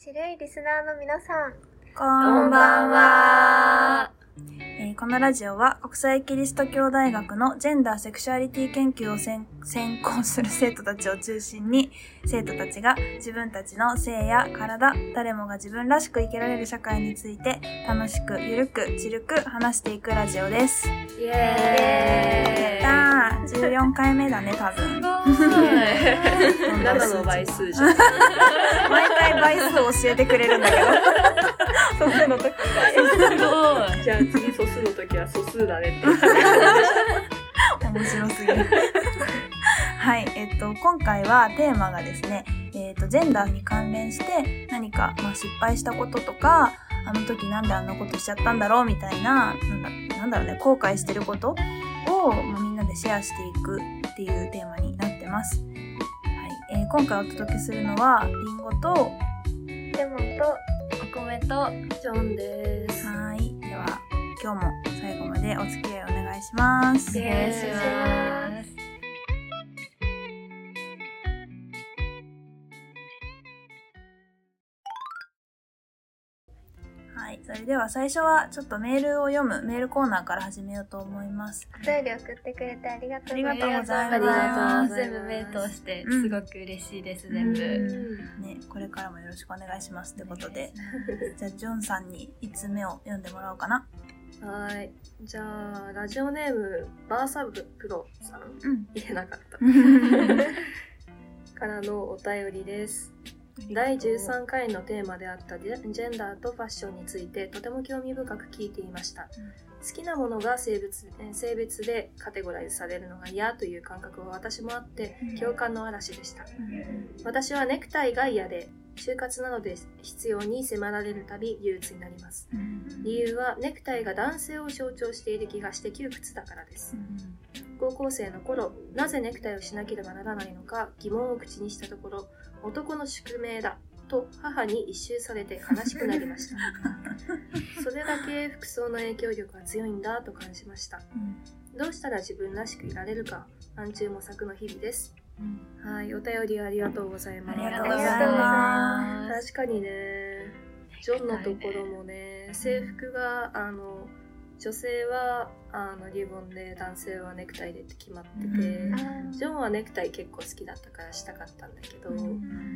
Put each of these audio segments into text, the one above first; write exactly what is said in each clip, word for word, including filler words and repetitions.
ちるいリスナーの皆さん、 こんばんは。えー、このラジオは国際キリスト教大学のジェンダーセクシュアリティ研究を専攻する生徒たちを中心に、生徒たちが自分たちの性や体、誰もが自分らしく生きられる社会について楽しくゆるくちるく話していくラジオです。 イエーイ。 やったー、じゅうよんかいめだね、多分。 すごいななの倍数じゃん。 毎回倍数教えてくれるんだけど素数の時がすごい。 じゃあ次素数の時は素数だねって面白すぎるはい、えっと今回はテーマがですね、えっとジェンダーに関連して何か、まあ、失敗したこととか、あの時なんであんなことしちゃったんだろうみたいな、なんだ、なんだろうね、後悔してることを、まあ、みんなでシェアしていくっていうテーマになってます。はい、えー、今回お届けするのはリンゴとレモンとお米とジョンです。 はい、では今日も最後までお付き合いお願いします。 お願いします。 はい、それでは最初はちょっとメールを読むメールコーナーから始めようと思います。 お便り送ってくれてありがとうございます。 ありがとうございます。 ありがとう。全部目通してすごく嬉しいです、 うん、 全部、 うんね、これからもよろしくお願いしますってことで、じゃあジョンさんにいつつめを読んでもらおうかな。 はい。じゃあラジオネームバーサブプロさん、うん、言えなかったからのお便りです。だいじゅうさんかいのテーマであったジェンダーとファッションについてとても興味深く聞いていました。好きなものが性別、性別でカテゴライズされるのが嫌という感覚は私もあって共感の嵐でした。私はネクタイが嫌で就活などで必要に迫られるたび憂鬱になります。理由はネクタイが男性を象徴している気がして窮屈だからです。高校生の頃、なぜネクタイをしなければならないのか疑問を口にしたところ、男の宿命だと母に一蹴されて悲しくなりましたそれだけ服装の影響力が強いんだと感じました。どうしたら自分らしくいられるか暗中模索の日々です。はい、お便りありがとうございます。 ありがとうございます。 確かにね、ジョンのところもね、制服があの女性はあのリボンで男性はネクタイでって決まってて、うん、ジョンはネクタイ結構好きだったからしたかったんだけど、うん、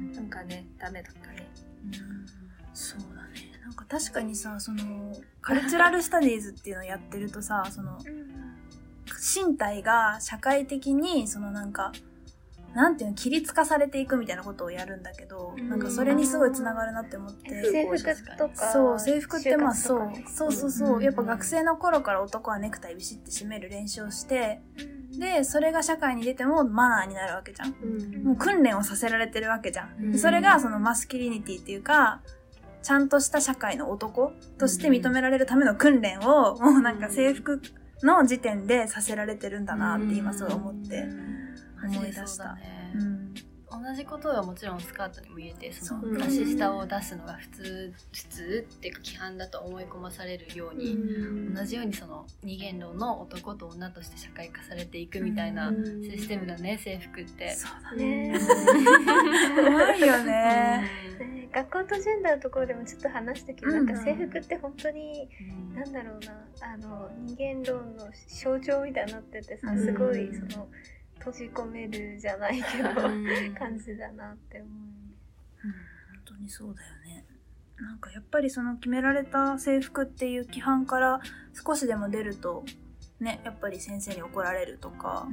なんかねダメだったね、 うん、そうだね。なんか確かにさ、そのカルチュラルスタディーズっていうのをやってるとさ、その身体が社会的にそのなんかなんていうの、規律化されていくみたいなことをやるんだけど、うん、なんかそれにすごいつながるなって思って。 制服とか。 そう、制服ってまあそう、そうそうそう、やっぱ学生の頃から男はネクタイビシッて締める練習をして、で、それが社会に出てもマナーになるわけじゃん。うん、もう訓練をさせられてるわけじゃん。うん、それがそのマスキリニティっていうか、ちゃんとした社会の男として認められるための訓練を、もうなんか制服の時点でさせられてるんだなって今そう思って。思い出した、ね、うん、 同じことはもちろんスカートにも言えて、その足下を出すのが普通普通っていうか規範だと思い込まされるように、うん、同じようにその二元論の男と女として社会化されていくみたいなシステムだね、制服って。 そうだね怖いよね、 うん、学校とジェンダーのところでもちょっと話したけど、うん、なんか制服って本当に、うん、なんだろうな、あの二元論の象徴みたいになっててさ、すごいその閉じ込めるじゃないけど感じだなって思う、うん、 本当にそうだよね。なんかやっぱりその決められた制服っていう規範から少しでも出るとね、やっぱり先生に怒られるとか、うん、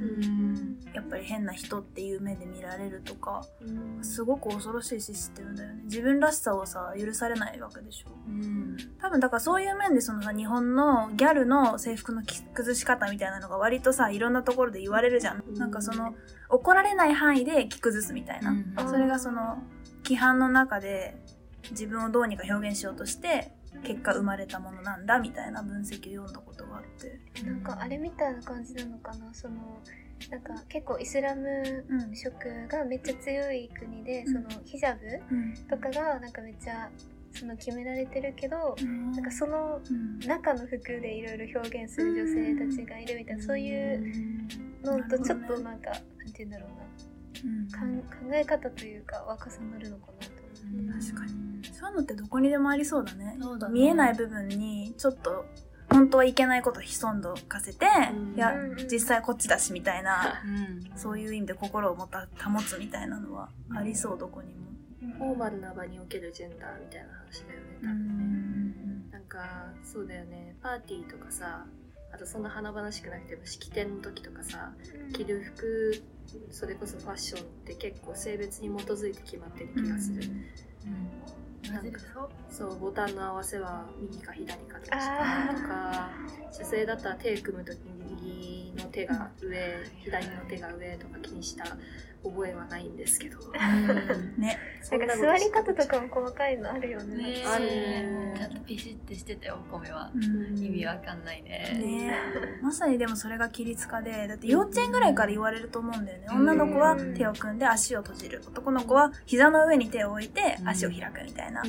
やっぱり変な人っていう目で見られるとか、うん、すごく恐ろしいシステムだよね。自分らしさをさ許されないわけでしょ、うん、多分だからそういう面でそのさ、日本のギャルの制服の崩し方みたいなのが割とさ、いろんなところで言われるじゃん、うん、なんかその怒られない範囲で着崩すみたいな、うん、それがその規範の中で自分をどうにか表現しようとして結果生まれたものなんだみたいな分析を読んだことがあって、 なんかあれみたいな感じなのかな、そのなんか結構イスラム色がめっちゃ強い国で、うん、そのヒジャブとかがなんかめっちゃその決められてるけど、うん、なんかその中の服でいろいろ表現する女性たちがいるみたいな、そういうのとちょっとなんかなんて言うんだろうな、うん、かん考え方というかは重なるのかなと思確かにそういうのってどこにでもありそうだね。 そうだね。 見えない部分にちょっと本当はいけないこと潜んどかせて、うん、いや実際こっちだしみたいな、うん、そういう意味で心をもた保つみたいなのはありそう、どこにも。 フォーマルな場におけるジェンダーみたいな話だよね、多分ね。うん、なんかそうだよね、パーティーとかさ、あとそんな華々しくなくても式典の時とかさ、着る服、それこそファッションって結構性別に基づいて決まってる気がする。うんうん、なんかそうボタンの合わせは右か左かとかとか、女性だったら手組む時に右の手が上、左の手が上とか気にした覚えはないんですけど、 うんね、なんか座り方とかも細かいのあるよね。 ねあるね。 ちゃんとピシッてしててお米は、うん、意味わかんないね。 ねまさにでもそれが規律化で、だって幼稚園ぐらいから言われると思うんだよね。女の子は手を組んで足を閉じる、男の子は膝の上に手を置いて足を開くみたいな。うん、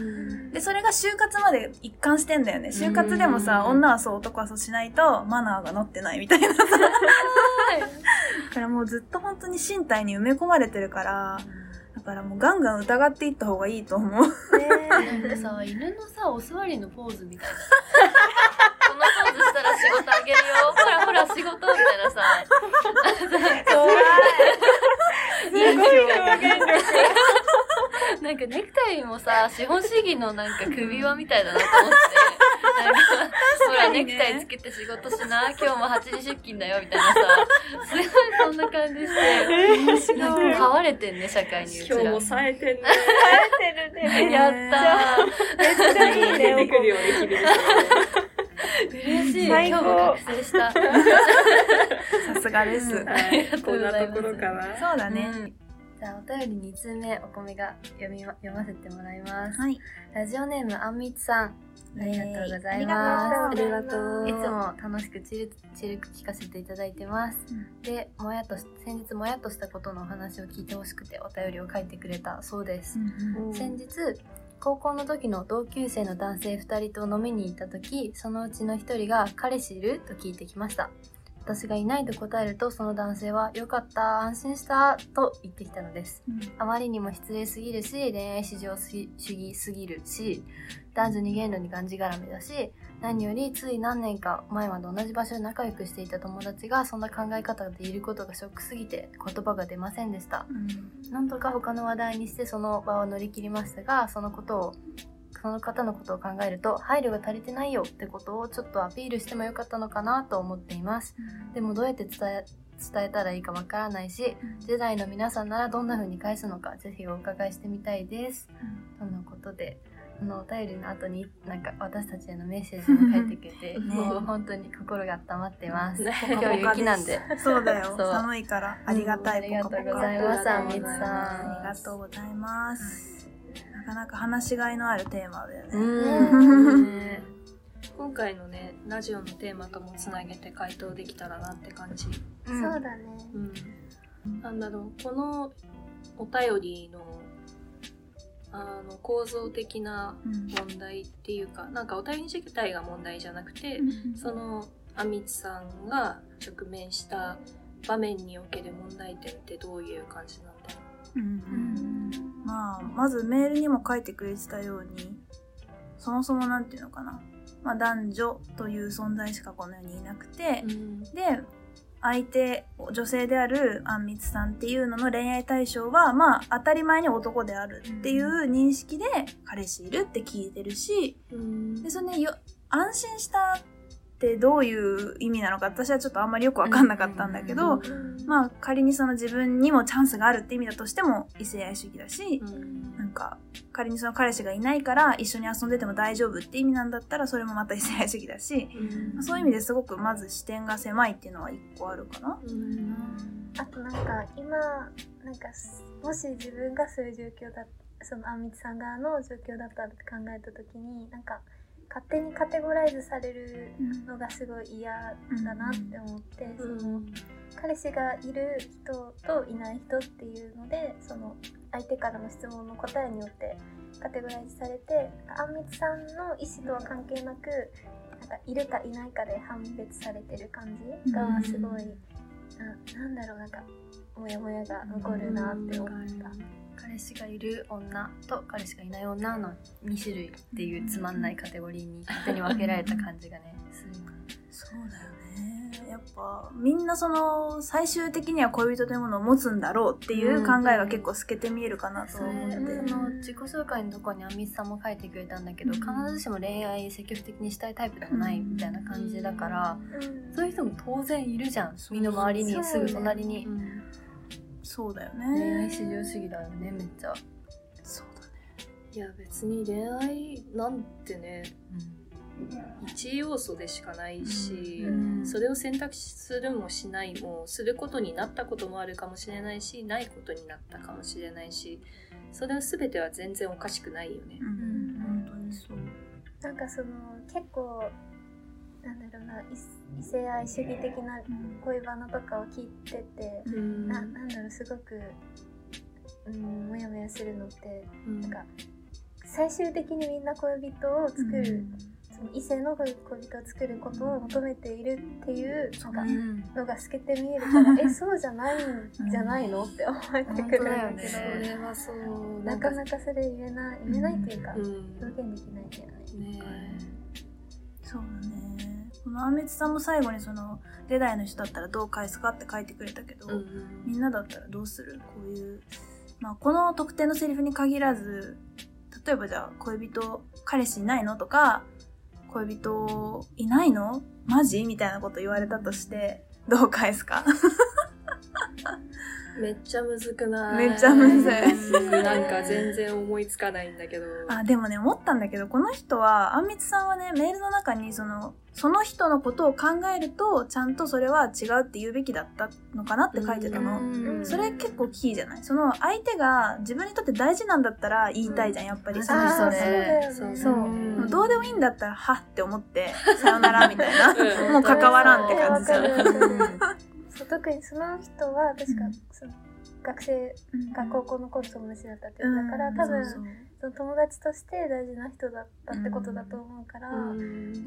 でそれが就活まで一貫してんだよね。就活でもさ、うん、女はそう男はそうしないとマナーが乗ってないみたいなさ。だからもうずっと本当に身体に埋め込まれてるから、だからもうガンガン疑っていった方がいいと思う。 ね、なんかさ、犬のさ、お座りのポーズみたいな。このポーズしたら仕事あげるよ。ほらほら仕事みたいなさ。 怖い。すごい表現力。 なんかネクタイもさ、資本主義のなんか首輪みたいだなと思って。なんかほらネクタイつけて仕事しな、今日もはちじ出勤だよみたいなさ、すごいそんな感じして、なんか飼われてんね、社会にうちら。 今日も冴えてんね。 冴えてるね。 やったー。めっちゃいいね。 出てくるよね、日々 嬉しい。今日も覚醒した。 さすがです。 うん、ありがとうございます。 こんなところかな。 そうだね。 うんじゃあお便りに通目お米が読み、ま、読ませてもらいます、 はい、 ラジオネームあんみつさん、ありがとうございます。 ありがとう。いつも楽しくチルチル聞かせていただいてます、うん、でもやっと先日もやっとしたことのお話を聞いてほしくてお便りを書いてくれたそうです、うんうん、先日高校の時の同級生の男性ふたりと飲みに行った時、そのうちのひとりが彼氏いると聞いてきました。私がいないと答えると、その男性はよかった、安心したと言ってきたのです、うん、あまりにも失礼すぎるし、恋愛至上主義すぎるし、男女二元論にがんじがらめだし、何よりつい何年か前まで同じ場所で仲良くしていた友達がそんな考え方でいることがショックすぎて言葉が出ませんでした、うん、なんとか他の話題にしてその場を乗り切りましたが、そのことをその方のことを考えると配慮が足りてないよってことをちょっとアピールしてもよかったのかなと思っています、うん、でもどうやって伝え、伝えたらいいかわからないし、うん、ジェダイの皆さんならどんな風に返すのかぜひお伺いしてみたいです、うん、とのことで、このお便りの後になんか私たちへのメッセージも書いてくれて、ね、もう本当に心が温まってます、ね、今日雪なんでそうだよ寒いからありがたい、 うん、ありがとうございますあんみつさん、 ありがとうございます、なかなか話しがいのあるテーマだよね。 うん今回のねラジオのテーマともつなげて回答できたらなって感じ、 うん、そうだね、 うん、なんだろう、このお便りのあの構造的な問題っていうか、うん、なんかお便り自体が問題じゃなくて、うん、そのあみつさんが直面した場面における問題点ってどういう感じなんだろう。うんうんまあ、まずメールにも書いてくれてたように、そもそもなんていうのかな、まあ、男女という存在しかこの世にいなくて、うん、で相手女性であるあんみつさんっていうのの恋愛対象はまあ当たり前に男であるっていう認識で彼氏いるって聞いてるし、うん、でそれでよ安心したってどういう意味なのか私はちょっとあんまりよく分かんなかったんだけど、まあ仮にその自分にもチャンスがあるって意味だとしても異性愛主義だし、なんか仮にその彼氏がいないから一緒に遊んでても大丈夫って意味なんだったらそれもまた異性愛主義だし、まあ、そういう意味ですごくまず視点が狭いっていうのは一個あるかな。 あとなんか今なんかもし自分がそういう状況だそのあんみつさん側の状況だったって考えた時になんか勝手にカテゴライズされるのがすごい嫌だなって思って、うん、その彼氏がいる人といない人っていうのでその相手からの質問の答えによってカテゴライズされて、あんみつさんの意思とは関係なくなんかいるかいないかで判別されてる感じがすごい、うん、な, なんだろうなんかモヤモヤが残るなって思った。 彼氏がいる女と彼氏がいない女のに種類っていうつまんないカテゴリーに勝手に分けられた感じがねする。 そうだよね。やっぱみんなその最終的には恋人というものを持つんだろうっていう考えが結構透けて見えるかなと思って、 うん、その自己紹介のところにあみつさんも書いてくれたんだけど、うん、必ずしも恋愛積極的にしたいタイプでもないみたいな感じだから、うん、そういう人も当然いるじゃん、身の回りにすぐ隣に。 そうだよね。 恋愛至上主義だよね、めっちゃ。 そうだね。 いや別に恋愛なんてね、うん、一要素でしかないし、うん、それを選択するもしないもすることになったこともあるかもしれないし、ないことになったかもしれないし、それは全ては全然おかしくないよね。 うん、本当にそう。 なんかその結構なんだろうな、異性愛主義的な恋バナとかを聞いてて、うん、な, なんだろうすごく、うん、もやもやするのって、うん、なんか最終的にみんな恋人を作る、うん、その異性の恋人を作ることを求めているっていうなんかのが透けて見えるから、うん、えそうじゃないんじゃないのって思えてくるんだけど、ね、 それはそうなかなかそれ言えない言えないっていうか、うん、表現できないんだよね。ねそうだね。このあみつさんも最後にそのデダイの人だったらどう返すかって書いてくれたけど、うんうん、みんなだったらどうする？こういう、まあ、この特定のセリフに限らず、例えばじゃあ恋人彼氏いないのとか恋人いないのマジみたいなこと言われたとしてどう返すか？ めっちゃむずくない？ めっちゃむずい。 なんか全然思いつかないんだけど。 あ、でもね、思ったんだけど、この人は、あんみつさんはね、メールの中に、その、その人のことを考えると、ちゃんとそれは違うって言うべきだったのかなって書いてたの。それ結構キーじゃない？その、相手が自分にとって大事なんだったら言いたいじゃん、やっぱり。その人ね。そうそう。どうでもいいんだったら、はって思って、さよならみたいな。もう関わらんって感じじゃん。 そう特にその人は確か、うん、その学生が高校の頃友達だったっていうだから、うん、多分、そうそうその友達として大事な人だったってことだと思うから、うん、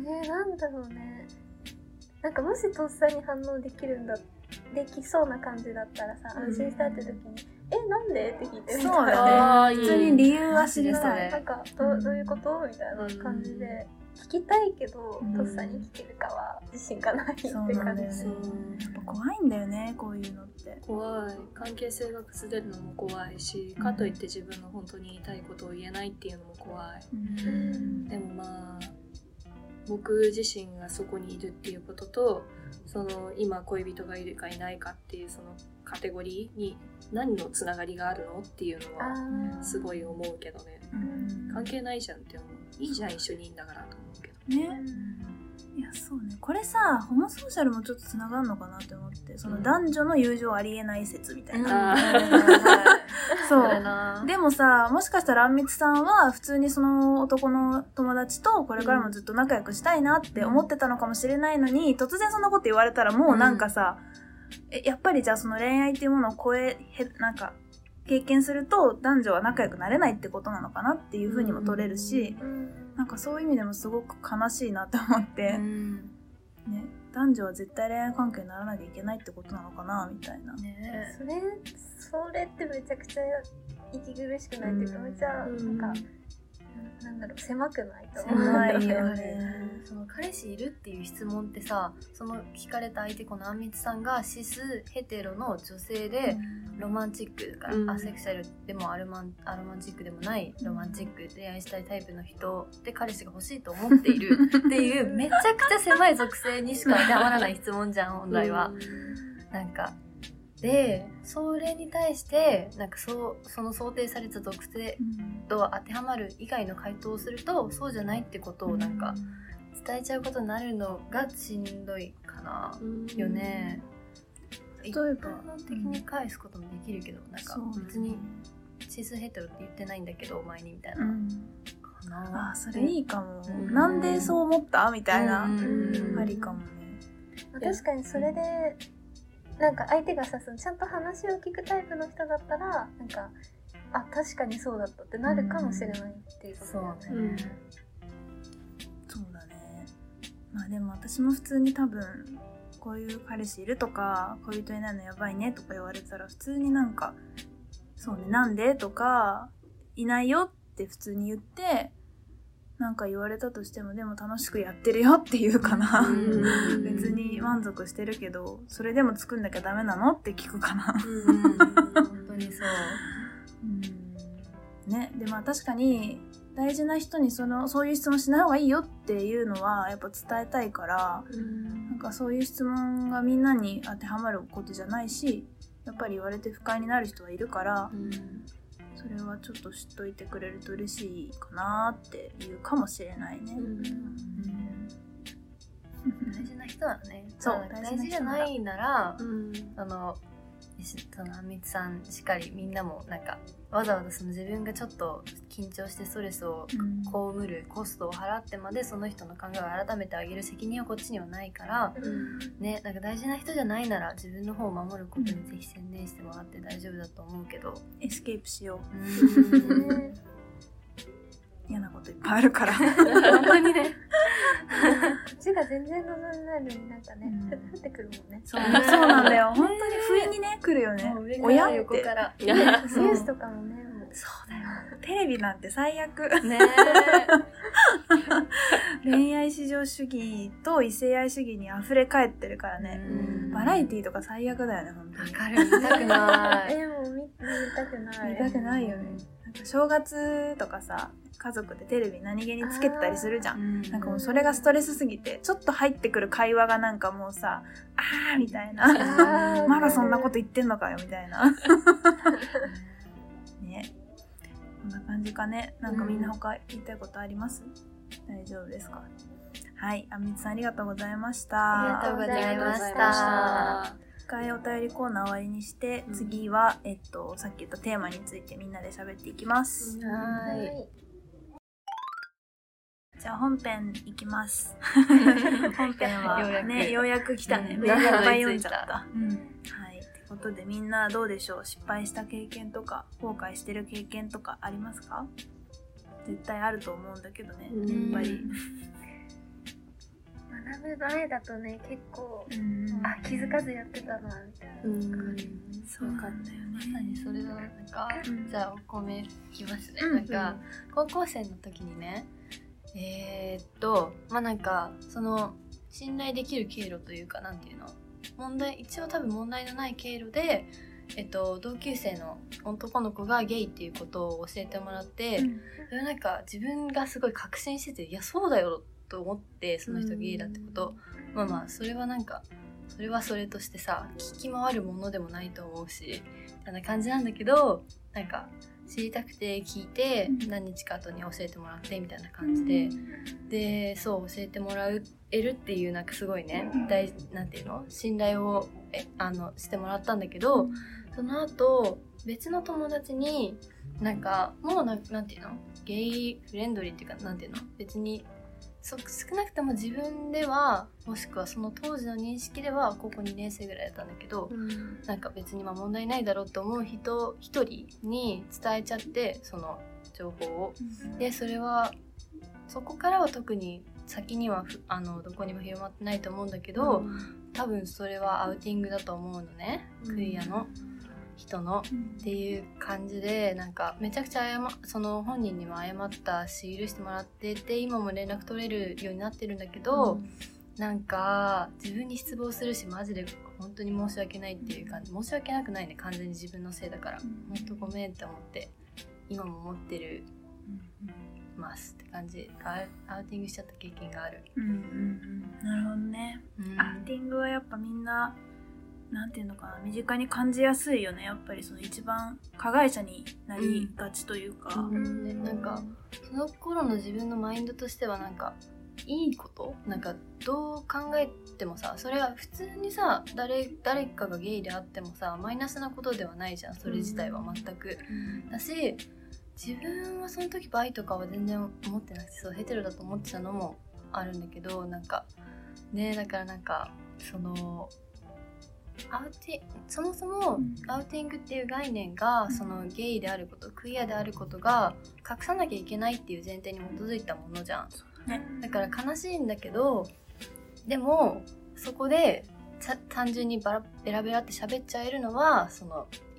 えー、なんだろうね、なんかもしとっさに反応できるんだできそうな感じだったらさ、安心したって時に、うん、えなんでって聞いてみたいな。 そうだね。普通に理由は知りたい。 なんか ど, どういうことみたいな感じで。聞きたいけど、とっさに聞けるかは自信がないって感じ。そうなんだよね。 やっぱ怖いんだよね、こういうのって。 怖い。関係性が崩れるのも怖いし、うん、かといって自分の本当に言いたいことを言えないっていうのも怖い。うん、でもまあ僕自身がそこにいるっていうことと、その今恋人がいるかいないかっていうそのカテゴリーに何のつながりがあるのっていうのはすごい思うけどね。うん、関係ないじゃんって思う。いいじゃん一緒にいいんだからと思うけどね。いやそうね、これさホモソーシャルもちょっとつながるのかなって思って、その男女の友情ありえない説みたいな、うん、そうでもさ、もしかしたらあんみつさんは普通にその男の友達とこれからもずっと仲良くしたいなって思ってたのかもしれないのに、突然そんなこと言われたらもうなんかさ、うん、えやっぱりじゃあその恋愛っていうものを超えへなんか経験すると男女は仲良くなれないってことなのかなっていう風にも取れるし、うん、なんかそういう意味でもすごく悲しいなって思って、うん、ね、男女は絶対恋愛関係にならなきゃいけないってことなのかなみたいな、 ね、それそれってめちゃくちゃ息苦しくないっていうか、めちゃなんか、うん、なんだろう、狭くないと思う。 狭いよね。 その彼氏いるっていう質問ってさ、その聞かれた相手このあんみつさんがシスヘテロの女性でロマンチックだから、うん、アセクシャルでもアロマンアロマンチックでもないロマンチック恋愛したいタイプの人で彼氏が欲しいと思っているっていうめちゃくちゃ狭い属性にしか当てはまらない質問じゃん本来は、うん、なんかでそれに対してなんかそうその想定された属性と当てはまる以外の回答をすると、そうじゃないってことをなんか伝えちゃうことになるのがしんどいかな、うん、よね。例えば一般的に返すこともできるけど、なんか別にシスヘテロって言ってないんだけど前にみたいな、うん、かな。 あ、それいいかも、うん、なんでそう思ったみたいな、うん、ありかもね。 確かにそれでなんか相手がさ、そのちゃんと話を聞くタイプの人だったらなんか、あ、確かにそうだったってなるかもしれないっていうことだよね、うん、 そうだね。まあでも私も普通に多分こういう彼氏いるとか恋人いないのやばいねとか言われたら普通になんかそうね、なんでとかいないよって普通に言ってなんか言われたとしてもでも楽しくやってるよっていうかな別に満足してるけどそれでも作んなきゃダメなのって聞くかな本当にそううんね。でまあ確かに大事な人にそのそういう質問しない方がいいよっていうのはやっぱ伝えたいからなんかそういう質問がみんなに当てはまることじゃないしやっぱり言われて不快になる人はいるからそれはちょっと知っといてくれると嬉しいかなっていうかもしれないね、うんうん、 大事な人はねそう大事じゃないなら、うん、あのそのあみつさんしっかりみんなもなんかわざわざその自分がちょっと緊張してストレスを被るコストを払ってまでその人の考えを改めてあげる責任はこっちにはないから、うん、ね、なんか大事な人じゃないなら自分の方を守ることにぜひ専念してもらって大丈夫だと思うけど、 エスケープしよう、うん、嫌なこといっぱいあるから本当にねこっちが全然望んでないのになんかね、うん、降ってくるもんね。 そう、そうなんだよ。本当に不意にね来るよね。親って横からニュースとかもね。もうそうだよ。テレビなんて最悪。 ね恋愛至上主義と異性愛主義に溢れ返ってるからね。バラエティとか最悪だよね本当に。 わかる、見たくない。 えもう見見たくない。 見たくないよね。なんか正月とかさ。家族でテレビ何気につけてたりするじゃん。なんかもうそれがストレスすぎてちょっと入ってくる会話がなんかもうさあーみたいなまだそんなこと言ってんのかよみたいなね、こんな感じかね。なんかみんな他言いたいことあります？大丈夫ですか？はい、あみつさんありがとうございました。 ありがとうございました。 一回お便りコーナー終わりにして、うん、次は、えっと、さっき言ったテーマについてみんなで喋っていきます。 はい。 じゃあ本編いきます本編はねようやく来たね、うん、メールいっぱい読んじゃった、うん、はい。ってことでみんなどうでしょう？失敗した経験とか後悔してる経験とかありますか？絶対あると思うんだけどね、やっぱり学ぶ前だとね結構、うん、あ気づかずやってたなみたいな、うん、 そうかったよね。 まさにそれのなんか、うん、じゃあお米いきますね、うん、なんか、うん、高校生の時にねえー、っとまあなんかその信頼できる経路というかなんていうの問題一応多分問題のない経路で、えっと、同級生の男の子がゲイっていうことを教えてもらって、うん、それなんか自分がすごい確信してていやそうだよと思ってその人ゲイだってこと、うん、まあまあそれはなんかそれはそれとしてさ聞き回るものでもないと思うしみたいな感じなんだけどなんか知りたくて聞いて何日か後に教えてもらってみたいな感じで、うん、でそう教えてもらえるっていうなんかすごいね大なんていうの信頼をえあのしてもらったんだけどその後別の友達になんかもうななんていうのゲイフレンドリーっていうかなんていうの別にそ少なくとも自分ではもしくはその当時の認識では高校にねん生ぐらいだったんだけど、うん、なんか別にまあ問題ないだろうと思う人一人に伝えちゃってその情報を、うん、でそれはそこからは特に先にはあのどこにも広まってないと思うんだけど、うん、多分それはアウティングだと思うのね、うん、クイアの人の、うん、っていう感じでなんかめちゃくちゃ謝その本人にも謝ったし許してもらってて今も連絡取れるようになってるんだけど、うん、なんか自分に失望するしマジで本当に申し訳ないっていう感じ申し訳なくないね完全に自分のせいだから本当ごめんって思って今も思ってる、うん、ますって感じアウティングしちゃった経験がある、うんうんうん、 なるほどね、うん、アウティングはやっぱみんななんていうのかな身近に感じやすいよねやっぱりその一番加害者になりがちというか、 うん、でなんかその頃の自分のマインドとしてはなんかいいことなんかどう考えてもさそれは普通にさ 誰, 誰かがゲイであってもさマイナスなことではないじゃんそれ自体は全く、うん、だし自分はその時バイとかは全然思ってなくてそうヘテロだと思ってたのもあるんだけどなんかねだからなんかそのアウティそもそもアウティングっていう概念が、うん、そのゲイであることクイアであることが隠さなきゃいけないっていう前提に基づいたものじゃん、ね、だから悲しいんだけどでもそこで単純にバラベラベラって喋っちゃえるのはその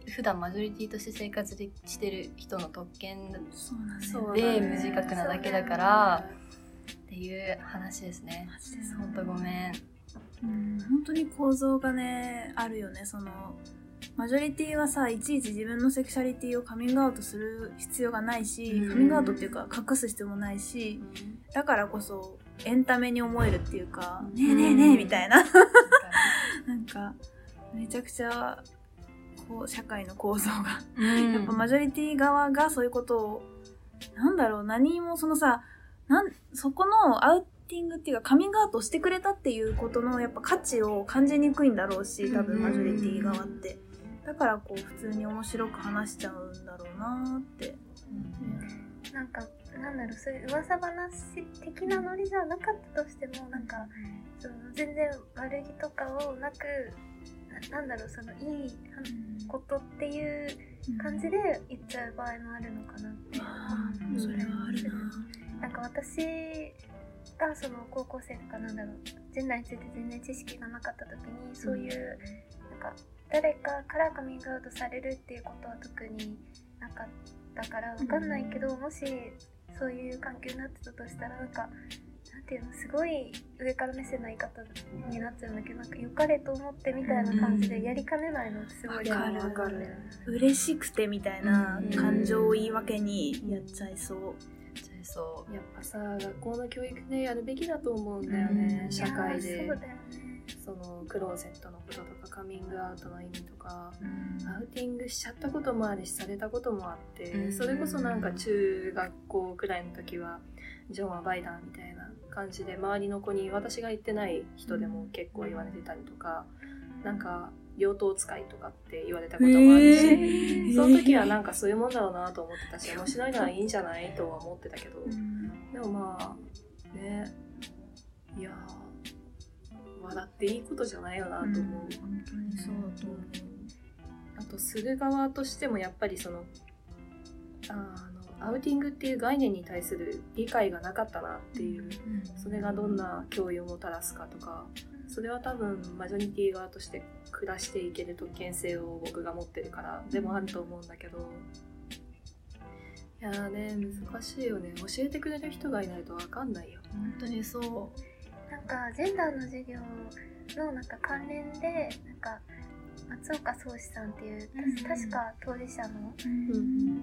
普段マジョリティとして生活でしてる人の特権そうで無自覚なだけだからっていう話ですね。 マジでほんとごめん。 うん、本当に構造がねあるよね。そのマジョリティはさ、いちいち自分のセクシャリティをカミングアウトする必要がないし、うん、カミングアウトっていうか隠す必要もないし、うん、だからこそエンタメに思えるっていうか、うん、ねえねえねえみたいななんかめちゃくちゃこう社会の構造が、うん、やっぱマジョリティ側がそういうことをなんだろう、何もそのさなんそこのアウティングっていうかカミングアウトしてくれたっていうことのやっぱ価値を感じにくいんだろうし、多分マジョリティ側って、だからこう普通に面白く話しちゃうんだろうなって、 うん、なんかなんだろう、そういう噂話的なノリじゃなかったとしても、なんかその全然悪気とかをなく な, なんだろうそのいいことっていう感じで言っちゃう場合もあるのかなって思う。 それはあるな。 なんか私がその高校生とかなんだろうジェンダーについて全然知識がなかった時に、そういうなんか誰かからカミングアウトされるっていうことは特になかったから分かんないけど、うん、もしそういう環境になってたとしたらなんかなんていうのすごい上から目線の言い方になっちゃうんだけど、なんか良かれと思ってみたいな感じでやりかねないのってすごいある。 分かる。嬉しくてみたいな感情を言い訳にやっちゃいそう。 そうやっぱさ学校の教育でやるべきだと思うんだよね、うん、社会で。そうだよね。そのクローゼットのこととかカミングアウトの意味とか、うん、アウティングしちゃったこともあるしされたこともあって、うん、それこそなんか中学校くらいの時はジョンはバイダーみたいな感じで周りの子に私が言ってない人でも結構言われてたりとか、うん、なんか両党使いとかって言われたこともあるし、えー、その時はなんかそういうもんだろうなと思ってたし、面白いのはいいんじゃないとは思ってたけど、うん、でもまあね、いや笑っていいことじゃないよなと思う、うん、本当にそうだと思う。あとする側としてもやっぱりそのあのアウティングっていう概念に対する理解がなかったなっていう、うん、それがどんな脅威をもたらすかとか、それは多分マジョリティ側として暮らしていける特権性を僕が持ってるからでもあると思うんだけど、いやーね難しいよね。教えてくれる人がいないと分かんないよ。 本当にそう。 なんかジェンダーの授業のなんか関連でなんか松岡宗志さんっていう、うん、確か当事者の、うん、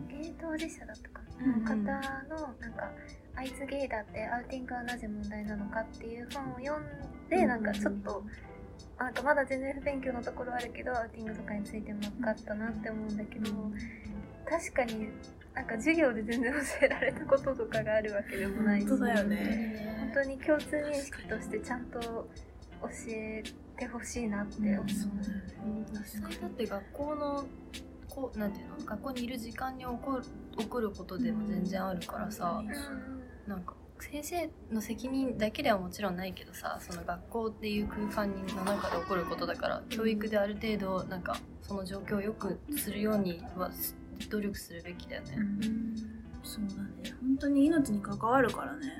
ゲイ当事者だったかな、うん、の方のなんかあいつゲイだってアウティングはなぜ問題なのかっていう本を読んで、なんかちょっとなんかまだ全然不勉強のところあるけどアウティングとかについても分かったなって思うんだけど、確かになんか授業で全然教えられたこととかがあるわけでもないし、 本当だよね。 本当に共通認識としてちゃんと教えてほしいなって思う。うん、そうだよね。 実際だって学校のこうなんていうの学校にいる時間に起こる起こることでも全然あるからさ、うん、なんか先生の責任だけではもちろんないけどさ、その学校っていう空間の中で起こることだから、教育である程度なんかその状況を良くするようには努力するべきだよね。うん、 そうだね。本当に命に関わるからね。 うん、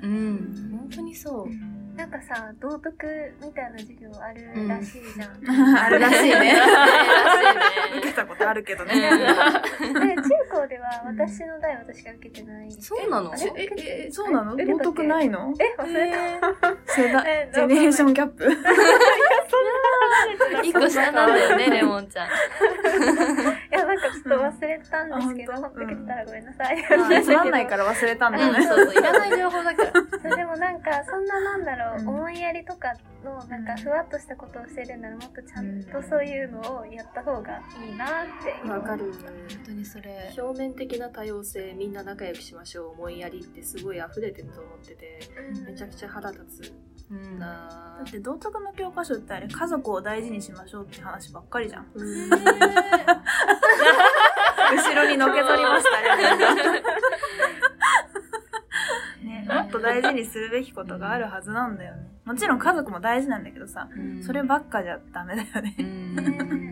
本当にそう。 なんかさ、道徳みたいな授業あるらしいじゃん。 うん、あるらしいね。受けたことあるけどね。で中高では私の代私が受けてない。 そうなの？ えええそうなの？道徳ないの？ え忘れた。 それだ。ジェネレーションギャップ。いやそんな一個下なんだよねレモンちゃん。いやなんかちょっと忘れたんですけど、受けてたらごめんなさい。 つまんないから忘れたんだよね。 そうそういらない情報だから。 それでもなんかそんななんだろう、うん、思いやりとかのなんかふわっとしたことを教えるならもっとちゃんとそういうのをやった方がいいなってわかる。 本当にそれ表面的な多様性、みんな仲良くしましょう、思いやりってすごい溢れてると思ってて、うん、めちゃくちゃ腹立つ、うん、 だって道徳の教科書ってあれ家族を大事にしましょうって話ばっかりじゃん。うん、後ろにのけぞりましたね。ね、もっと大事にするべきことがあるはずなんだよね。もちろん家族も大事なんだけどさ、うん、そればっかじゃダメだよね。うん、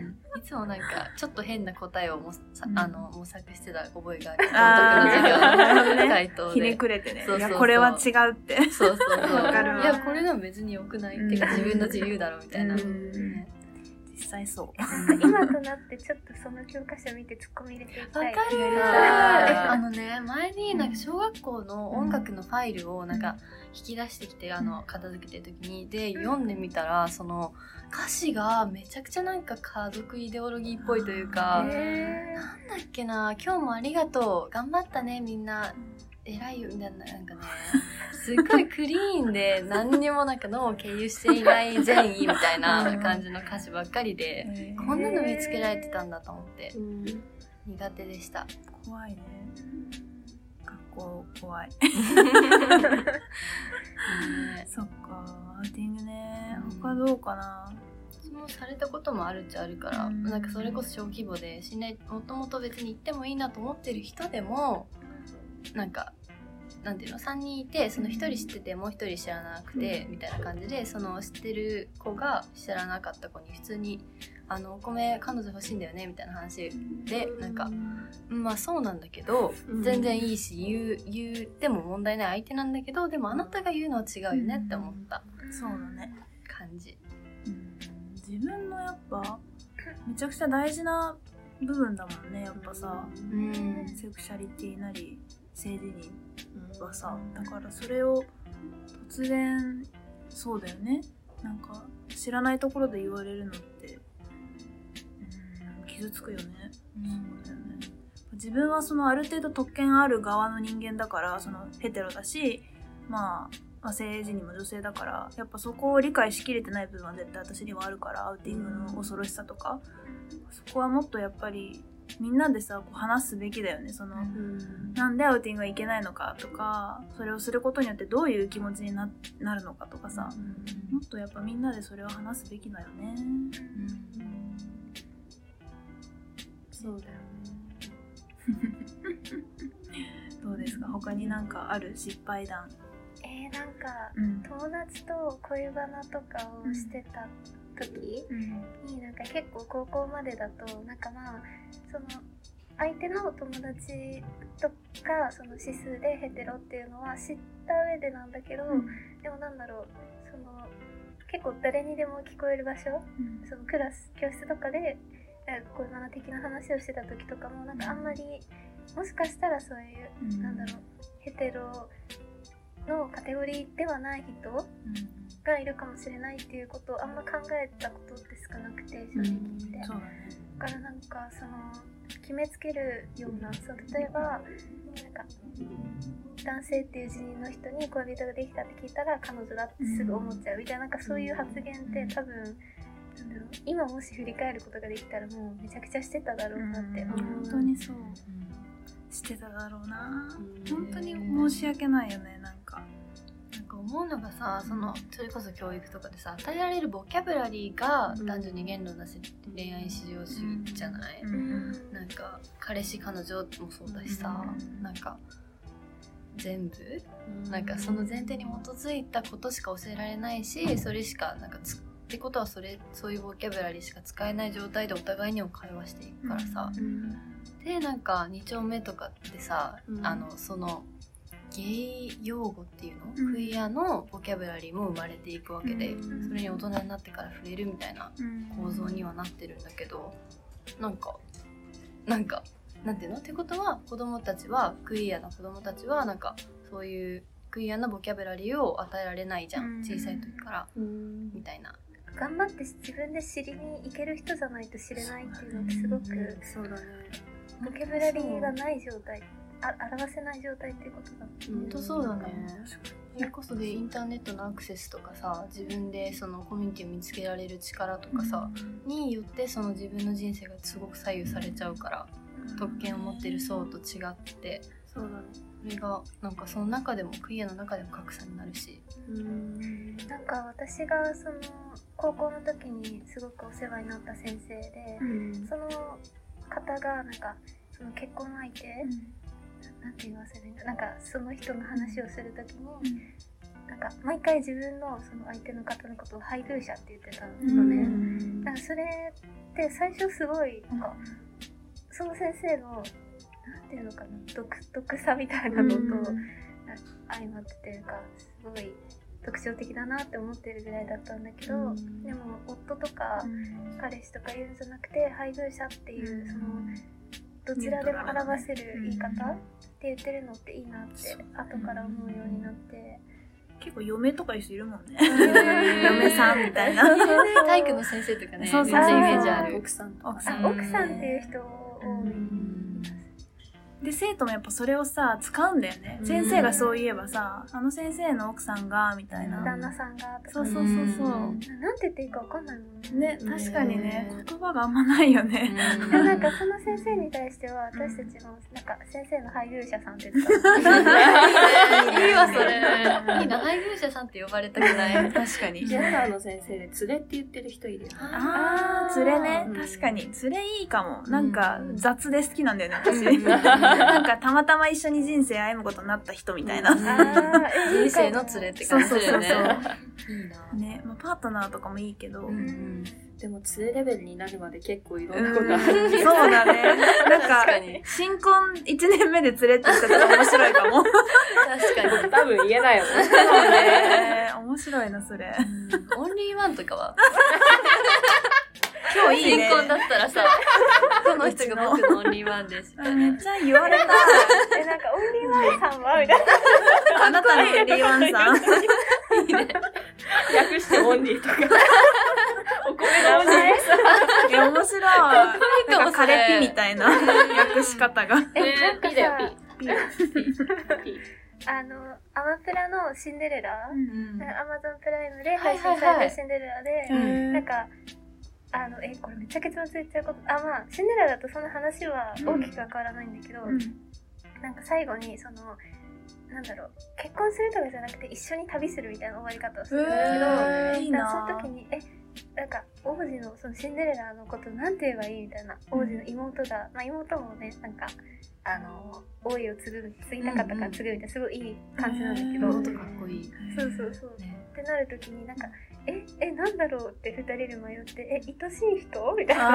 いつもなんかちょっと変な答えをも、うん、あの模索してた覚えがある。道徳の授業の回答でひねくれてね。そうそうそういやこれは違うって。 そうそうそう。 わかるわ。 いやこれでも別に良くない、うん、ってか自分の自由だろみたいな。うんね、 実実際そう今となってちょっとその教科書見てツッコミ入れていきたい。 わかるー。あのね、前になんか小学校の音楽のファイルをなんか引き出してきて、あの片付けてる時にで読んでみたら、その歌詞がめちゃくちゃなんか家族イデオロギーっぽいというか、なんだっけな、今日もありがとう、頑張ったねみんな、偉いよみたいな、なんかね、すっごいクリーンで何にもなんか脳を経由していない善意みたいな感じの歌詞ばっかりで、こんなの見つけられてたんだと思って苦手でした。 怖いね、学校怖い。ね、そっか、アウティングね。他どうかな。 私もされたこともあるっちゃあるから、うん、なんかそれこそ小規模でしないもともと別に行ってもいいなと思ってる人でもなんかなんていうのさんにんいてそのひとり知っててもうひとり知らなくて、うん、みたいな感じでその知ってる子が知らなかった子に普通にあのお米彼女欲しいんだよねみたいな話でなんか、うん、まあそうなんだけど、うん、全然いいし言う言っても問題ない相手なんだけどでもあなたが言うのは違うよねって思った、 うん、そうだね感じ、 うん、自分のやっぱめちゃくちゃ大事な部分だもんねやっぱさ、うん、セクシャリティなり性自認はさだからそれを突然そうだよねなんか知らないところで言われるのって傷つくよね、うん、そうだよね。自分はそのある程度特権ある側の人間だからそのヘテロだし、まあ、まあ性自認も女性だからやっぱそこを理解しきれてない部分は絶対私にはあるからアウティングの恐ろしさとか、うん、そこはもっとやっぱりみんなでさこう話すべきだよねその、うん、なんでアウティングがいけないのかとかそれをすることによってどういう気持ちに な, なるのかとかさ、うん、もっとやっぱみんなでそれを話すべきだよね、うんそうだよねどうですか他になんかある失敗談。 えー、なんか、うん、友達と恋バナとかをしてた時、うん、になんか結構高校までだとなんかまあその相手の友達とかその指数でヘテロっていうのは知った上でなんだけど、うん、でもなんだろうその結構誰にでも聞こえる場所、うん、そのクラス教室とかで恋バナ的な話をしてた時とかもなんかあんまりもしかしたらそういう、うん、なんだろうヘテロのカテゴリーではない人がいるかもしれないっていうことをあんま考えたことって少なくて正直言って、うんそうだね、だからなんかその決めつけるようなそう例えばなんか男性っていう人の人に恋人ができたって聞いたら彼女だってすぐ思っちゃうみたいな、なんかそういう発言って多分なんだろう今もし振り返ることができたらもうめちゃくちゃしてただろうなって思う、 うん、本当にそう、うん、してただろうな、うん、本当に申し訳ないよねなんかなんか思うのがさそのそれこそ教育とかでさ与えられるボキャブラリーが男女二元論なし恋愛至上主義じゃない、うん、なんか彼氏彼女もそうだしさ、うん、なんか全部、うん、なんかその前提に基づいたことしか教えられないしそれしかなんかつってことはそれそういうボキャブラリーしか使えない状態でお互いにも会話していくからさ、うん、でなんかに丁目とかってさ、うん、あのそのゲイ用語っていうの、うん、クイアのボキャブラリーも生まれていくわけで、うん、それに大人になってから触れるみたいな構造にはなってるんだけどなんかなんかなんていうのってことは子供たちはクイアな子供たちはなんかそういうクイアなボキャブラリーを与えられないじゃん、うん、小さい時から、うん、みたいな頑張って自分で知りに行ける人じゃないと知れないっていうのってすごくそうだねボキャブラリーがない状態あ表せない状態っていうことだ本当そうだねそれこそでインターネットのアクセスとかさ自分でそのコミュニティを見つけられる力とかさ、うん、によってその自分の人生がすごく左右されちゃうから、うん、特権を持ってる層と違ってそうだねそれがなんかその中でもクイアの中でも格差になるしうんなんか私がその高校の時にすごくお世話になった先生で、うん、その方がなんかその結婚相手、うんなんて言わせるんだなんかその人の話をするときに、うん、なんか毎回自分のその相手の方のことを配偶者って言ってたのね、うん、だからそれって最初すごいなんかその先生のなんていうのかな独特さみたいなのと、うん、相まってというかすごい特徴的だなって思ってるぐらいだったんだけど、うん、でも夫とか、うん、彼氏とか言うんじゃなくて配偶者っていう、うん、そのどちらでも表せる言い方って言ってるのっていいなって後から思うようになって。 結構嫁とかいう人いるもんね。嫁さんみたいな。 体育の先生とかね、 そうそうめっちゃイメージある。 奥さんとか。 奥さん、奥さんっていう人をで生徒もやっぱそれをさ使うんだよね。先生がそう言えばさ、あの先生の奥さんがみたいな。 旦那さんがとか。 そうそうそうそう。 なんて言っていいかわかんないもんね。ね、確かにね、言葉があんまないよね。 でもなんかその先生に対しては私たちのなんか先生の配偶者さんって言ってた。 いいわそれ。いいな、配偶者さんって呼ばれたくない。 確かに。 ジェンダーの先生で連れって言ってる人いるよね。 ああ、連れね。確かに連れいいかも。なんか雑で好きなんだよね私。なんかたまたま一緒に人生歩むことになった人みたいな。 人生の連れって感じだよね。そうそうそう。いいな。 ね、まあパートナーとかもいいけど。うんうん、 でも連れレベルになるまで結構いろんなことある。 そうだね。なんか新婚いちねんめで連れって言ったら面白いかも。 確かに。 多分言えないよね。 そうね。面白いなそれ。 オンリーワンとかは。 今日いいね。 新婚だったらさ、この人が僕のオンリーワンです。 めっちゃ言われた。 え、なんかオンリーワンさんはみたいな。あなたのオンリーワンさん。 いいね。 略してオンリーとか。お米のオンリーさん。 いや、面白い。なんかカレピみたいな訳し方が。 え、なんかさ、 ピあの、アマプラのシンデレラ、アマゾンプライムで配信されたシンデレラで、なんか、あの、え、これめっちゃ結末言っちゃうこと、あ、まあ、シンデレラだとその話は大きくは変わらないんだけど、うん、なんか最後に、その、なんだろう、結婚するとかじゃなくて一緒に旅するみたいな終わり方をするんだけど、えー、いいなその時に、え、なんか王子のそのシンデレラのことなんて言えばいいみたいな、王子の妹が、まあ妹もね、なんか、あの、王位を継ぐ、継ぎたかったから継ぐみたいな、すごいいい感じなんだけど、 妹かっこいい。 そうそうそう。ってなる時になんか、え、え、なんだろうって二人で迷って、え、愛しい人みたいな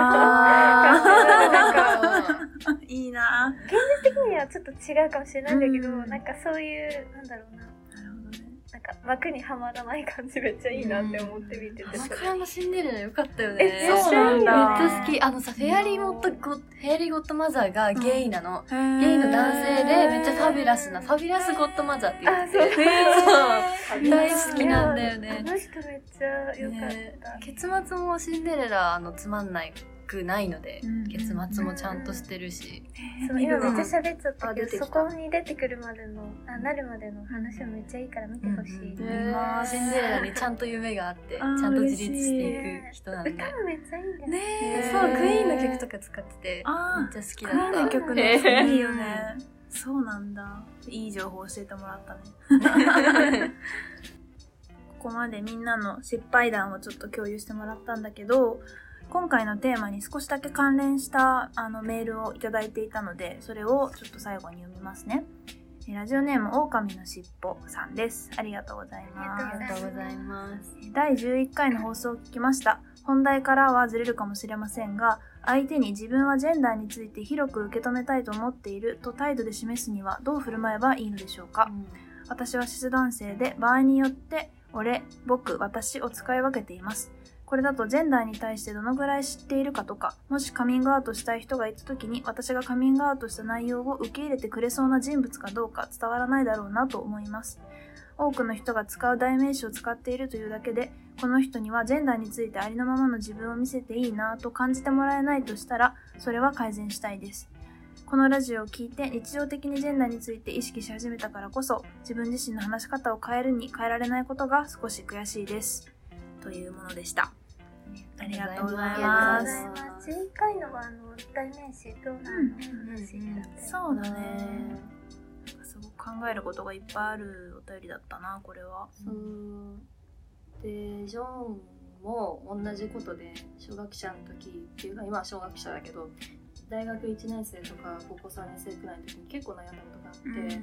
感じで、なんか、 いいな現実的にはちょっと違うかもしれないんだけど、うん、なんかそういう、なんだろうな。なんか枠にはまらない感じめっちゃいいなって思って見てて。 鎌倉のシンデレラよかったよね。 え、そうなんだ。 めっちゃ好き。あのさ、フェアリーゴット、フェアリーゴットマザーがゲイなの。うん、ゲイの男性でめっちゃファビュラスな、ファビュラスゴットマザーって言ってて。そう。大好きなんだよね。 あの人めっちゃよかった。ね、 結末もシンデレラのつまんない。ないので、うん、結末もちゃんとしてるし、 そう今めっちゃ喋っちゃったけど、そこに出てくるまでのあなるまでの話もめっちゃいいから見てほしい、うんうん、シンデレラにちゃんと夢があってちゃんと自立していく人なんで、 歌もめっちゃいいんだよね。そうクイーンの曲とか使っててめっちゃ好きだった。 クイーンの曲ねいいよね。そうなんだ。いい情報教えてもらったね。ここまでみんなの失敗談をちょっと共有してもらったんだけど、今回のテーマに少しだけ関連したあのメールをいただいていたので、それをちょっと最後に読みますね。ラジオネーム狼のしっぽさんです。ありがとうございます。 ありがとうございます。 だいじゅういっかいの放送を聞きました。本題からはずれるかもしれませんが、相手に自分はジェンダーについて広く受け止めたいと思っていると態度で示すにはどう振る舞えばいいのでしょうか。うん、私はシス男性で、場合によって俺、僕、私を使い分けています。これだとジェンダーに対してどのぐらい知っているかとか、もしカミングアウトしたい人がいた時に私がカミングアウトした内容を受け入れてくれそうな人物かどうか伝わらないだろうなと思います。多くの人が使う代名詞を使っているというだけで、この人にはジェンダーについてありのままの自分を見せていいなと感じてもらえないとしたら、それは改善したいです。このラジオを聞いて日常的にジェンダーについて意識し始めたからこそ、自分自身の話し方を変えるに変えられないことが少し悔しいです。というものでした。ありがとうございます。 じゅういっかいのはあの代名詞どうなの、うん、 そうだね。すごく考えることがいっぱいあるお便りだったな、これは。 そうでジョンも同じことで小学者の時っていうか今は小学者だけど大学いちねん生とか高校さんねん生くらいの時に結構悩んだことがあって、うん、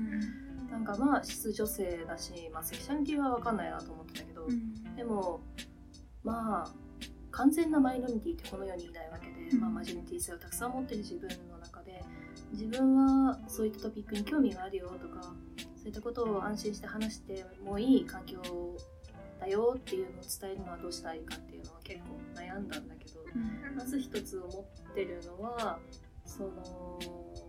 なんかまあシス女性だし、まあ、セクシャリティは分かんないなと思ってたけど、うん、でもまあ完全なマイノリティってこの世にいないわけで、まあ、マジョリティ性をたくさん持ってる自分の中で自分はそういったトピックに興味があるよとかそういったことを安心して話してもいい環境だよっていうのを伝えるのはどうしたらいいかっていうのは結構悩んだんだけど、うん、まず一つ思ってるのはその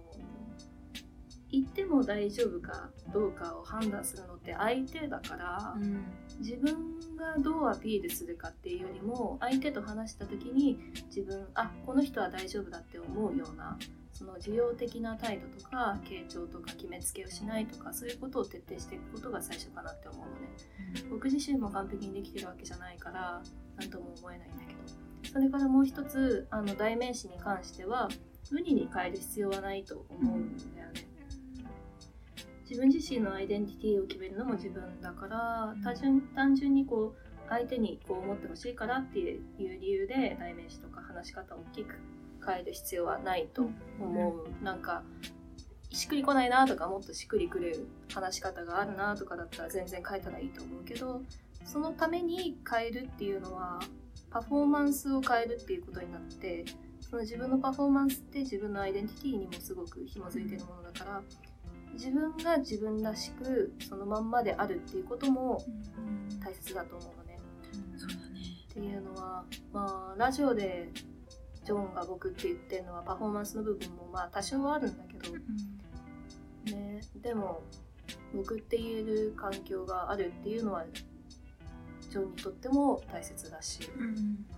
言っても大丈夫かどうかを判断するのって相手だから、うん、自分がどうアピールするかっていうよりも相手と話した時に自分あこの人は大丈夫だって思うようなその受容的な態度とか傾聴とか決めつけをしないとかそういうことを徹底していくことが最初かなって思うのね、うん、僕自身も完璧にできてるわけじゃないから何とも思えないんだけど、それからもう一つあの代名詞に関しては無理に変える必要はないと思うんだよね、うん、自分自身のアイデンティティを決めるのも自分だから単純、単純にこう相手にこう思ってほしいからっていう理由で代名詞とか話し方を大きく変える必要はないと思う、うん、なんかしっくりこないなとかもっとしっくりくる話し方があるなとかだったら全然変えたらいいと思うけど、そのために変えるっていうのはパフォーマンスを変えるっていうことになって、その自分のパフォーマンスって自分のアイデンティティにもすごく紐づいてるものだから、自分が自分らしくそのまんまであるっていうことも大切だと思うのね、 うん、そうだねっていうのはまあラジオでジョンが僕って言ってるのはパフォーマンスの部分もまあ多少はあるんだけど、うんね、でも僕って言える環境があるっていうのはジョンにとっても大切だし、うん、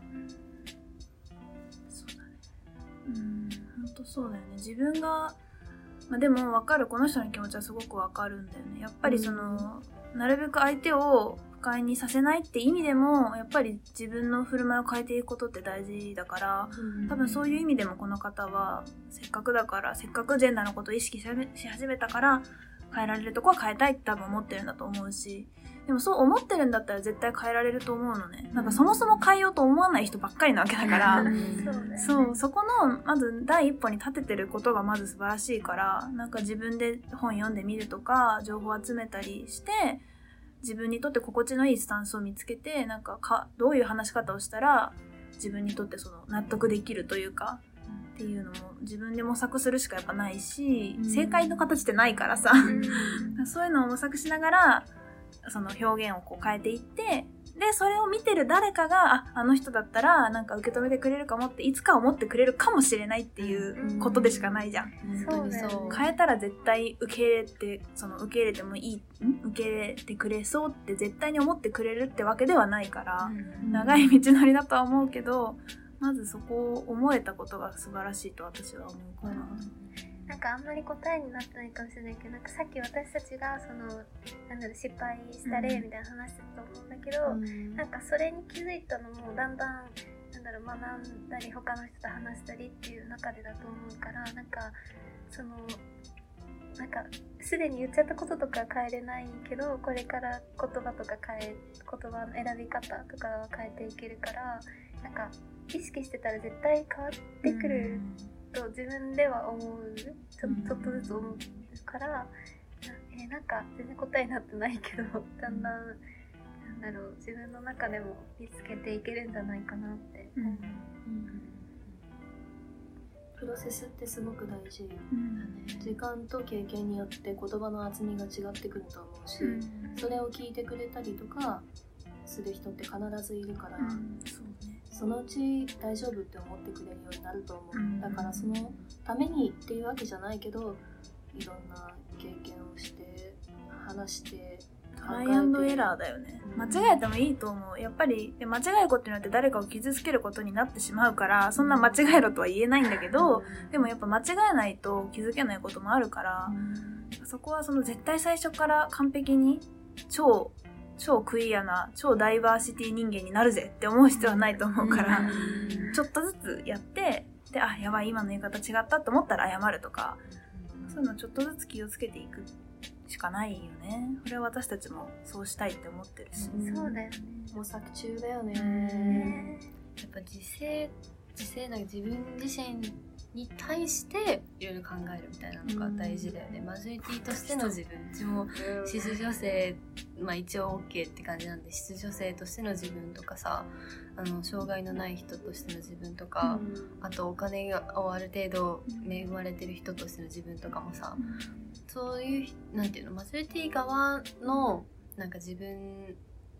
そうだね、うん、本当そうだよね。自分が、まあ、でも分かる、この人の気持ちはすごく分かるんだよね。やっぱりその、うん、なるべく相手を不快にさせないって意味でもやっぱり自分の振る舞いを変えていくことって大事だから、うん、多分そういう意味でもこの方はせっかくだからせっかくジェンダーのことを意識し始めたから変えられるとこは変えたいって多分思ってるんだと思うし、でもそう思ってるんだったら絶対変えられると思うのね。なんかそもそも変えようと思わない人ばっかりなわけだから、うん、そうね、そう、そこのまず第一歩に立ててることがまず素晴らしいから、なんか自分で本読んでみるとか情報集めたりして自分にとって心地のいいスタンスを見つけて、なんかかどういう話し方をしたら自分にとってその納得できるというかっていうのも自分で模索するしかやっぱないし、うん、正解の形ってないからさ、うん、そういうのを模索しながらその表現をこう変えていって、でそれを見てる誰かが あ, あの人だったらなんか受け止めてくれるかもっていつか思ってくれるかもしれないっていうことでしかないじゃん、 うん、そうね、 変えたら絶対受け入れてその受け入れてもいいん受け入れてくれそうって絶対に思ってくれるってわけではないから、うん、長い道のりだとは思うけど、まずそこを思えたことが素晴らしいと私は思うかな、うん、 なんかあんまり答えになってないかもしれないけど、なんかさっき私たちがそのなんだろう失敗した例みたいな話してたと思うんだけど、うん、なんかそれに気づいたのもだんだんなんだろう学んだり他の人と話したりっていう中でだと思うから、なんかそのなんかすでに言っちゃったこととか変えれないけど、これから言葉とか変え言葉の選び方とかは変えていけるから、なんか意識してたら絶対変わってくる、うんと自分では思う、ちょ, ちょっとずつ思うから、な, えなんか全然答えになってないけど、だんだんなんだろう自分の中でも見つけていけるんじゃないかなって思う、うんうん、 プロセスってすごく大事だね、うん、時間と経験によって言葉の厚みが違ってくると思うし、うん、それを聞いてくれたりとかする人って必ずいるから、うん、そうね、そのうち大丈夫って思ってくれるようになると思う、うん、だからそのためにっていうわけじゃないけど、いろんな経験をして話してトライアンドエラーだよね、うん、間違えてもいいと思う。やっぱり間違えることによって誰かを傷つけることになってしまうから、そんな間違えろとは言えないんだけど、うん、でもやっぱ間違えないと気づけないこともあるから、うん、そこはその絶対最初から完璧に超超クイアな超ダイバーシティ人間になるぜって思う必要はないと思うから、うん、ちょっとずつやって、であやばい今の言い方違ったと思ったら謝るとか、そういうのちょっとずつ気をつけていくしかないよね。これは私たちもそうしたいって思ってるし、 うん、そうだよね、 模索中だよね、 ね、やっぱ自制自制なんか自分自身に対していろいろ考えるみたいなのが大事だよね、うん、マジョリティとしての自分、うちもシス女性、まあ一応 OK って感じなんで、シス女性としての自分とかさ、あの障害のない人としての自分とか、うん、あとお金をある程度恵まれてる人としての自分とかもさ、うん、そういうなんていうの、マジョリティ側のなんか自分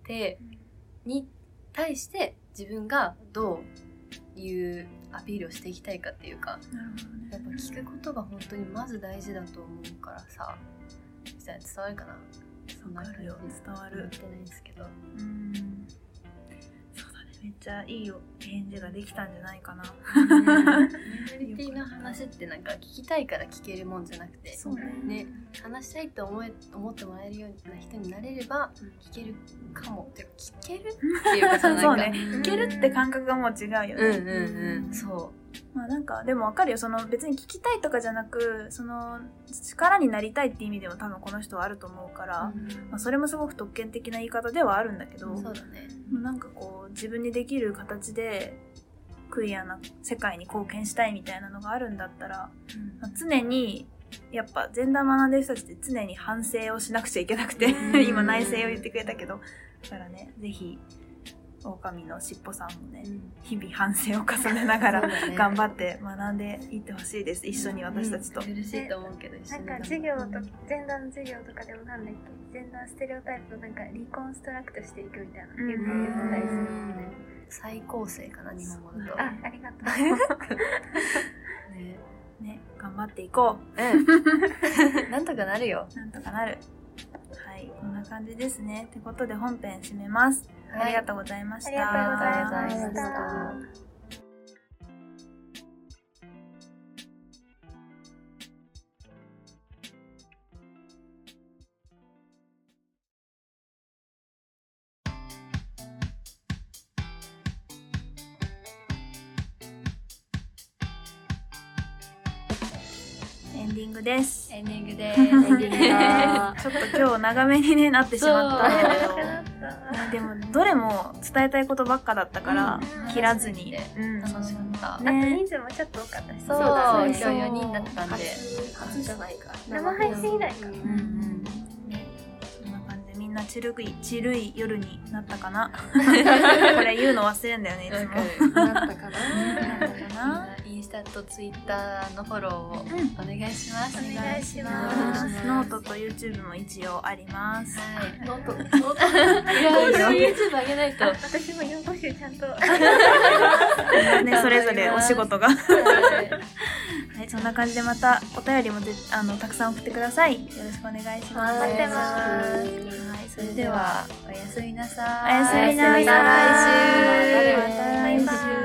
手に対して自分がどういうアピールをしていきたいかっていうか、 なるほどね、 やっぱ聞くことが本当にまず大事だと思うからさ、伝わるかな。そんな感じ伝わる。 言ってないんですけど、 うん、そうだね、めっちゃいい返事ができたんじゃないかな。 マイノリティの話ってなんか聞きたいから聞けるもんじゃなくて、 そうね、 ね、話したいと思え思ってもらえるような人になれれば聞けるかもっていうか、聞けるっていうかさ、なんかそうね、聞けるって感覚がもう違うよね。 うんうんうん、そう。 まあなんかでも分かるよ、その別に聞きたいとかじゃなく、その力になりたいって意味でも多分この人はあると思うから、うん、まあ、それもすごく特権的な言い方ではあるんだけど、 そうだね、 なんかこう自分にできる形でクイアな世界に貢献したいみたいなのがあるんだったら、うんまあ、常にやっぱ前段学んでる人たちって常に反省をしなくちゃいけなくて、うん、今内省を言ってくれたけど、だからね、ぜひ狼のしっぽさんもね、うん、日々反省を重ねながら、ね、頑張って学んでいってほしいです。一緒に私たちと、 うん、苦しいと思うけど一緒になんか授業とジェンダーの授業とかでもなんだっけ、ジェンダーステレオタイプをなんかリコンストラクトしていくみたいな、うん、よく言ったりするので、 再構成かな、日本語だと。 あ、ありがとうねね、頑張っていこう。 うんなんとかなるよ。 なんとかなる。はい、こんな感じですね。ってことで本編締めます。ありがとうございました。 ありがとうございました。 エンディングです。 エンディングです。エンディングだ。 ちょっと今日長めに、ね、なってしまったんだけど、ね、でもどれも伝えたいことばっかだったから、うん、切らずに、 うん、楽しかった。 あと人数もちょっと多かったし、 そうだね、今日よにんだったんで、 初じゃないか、 生配信以来かな。うんうん、 そんな感じでみんなちるいちるい夜になったかな。これ言うの忘れんだよね、いつも。 なったかな。 なったかな。 インスタとツイッターのフォローをお願いします。 お願いします。 ノートと YouTube も一応あります。 はい。 ノート、ノート。 いや、YouTube あげないと。 私もよん募集ちゃんと。 ね、それぞれお仕事が。はい、そんな感じでまたお便りもであのたくさん送ってください。よろしくお願いします。 待ってます。 はい、それではおやすみなさい。おやすみなさい。 また来週。 また来週。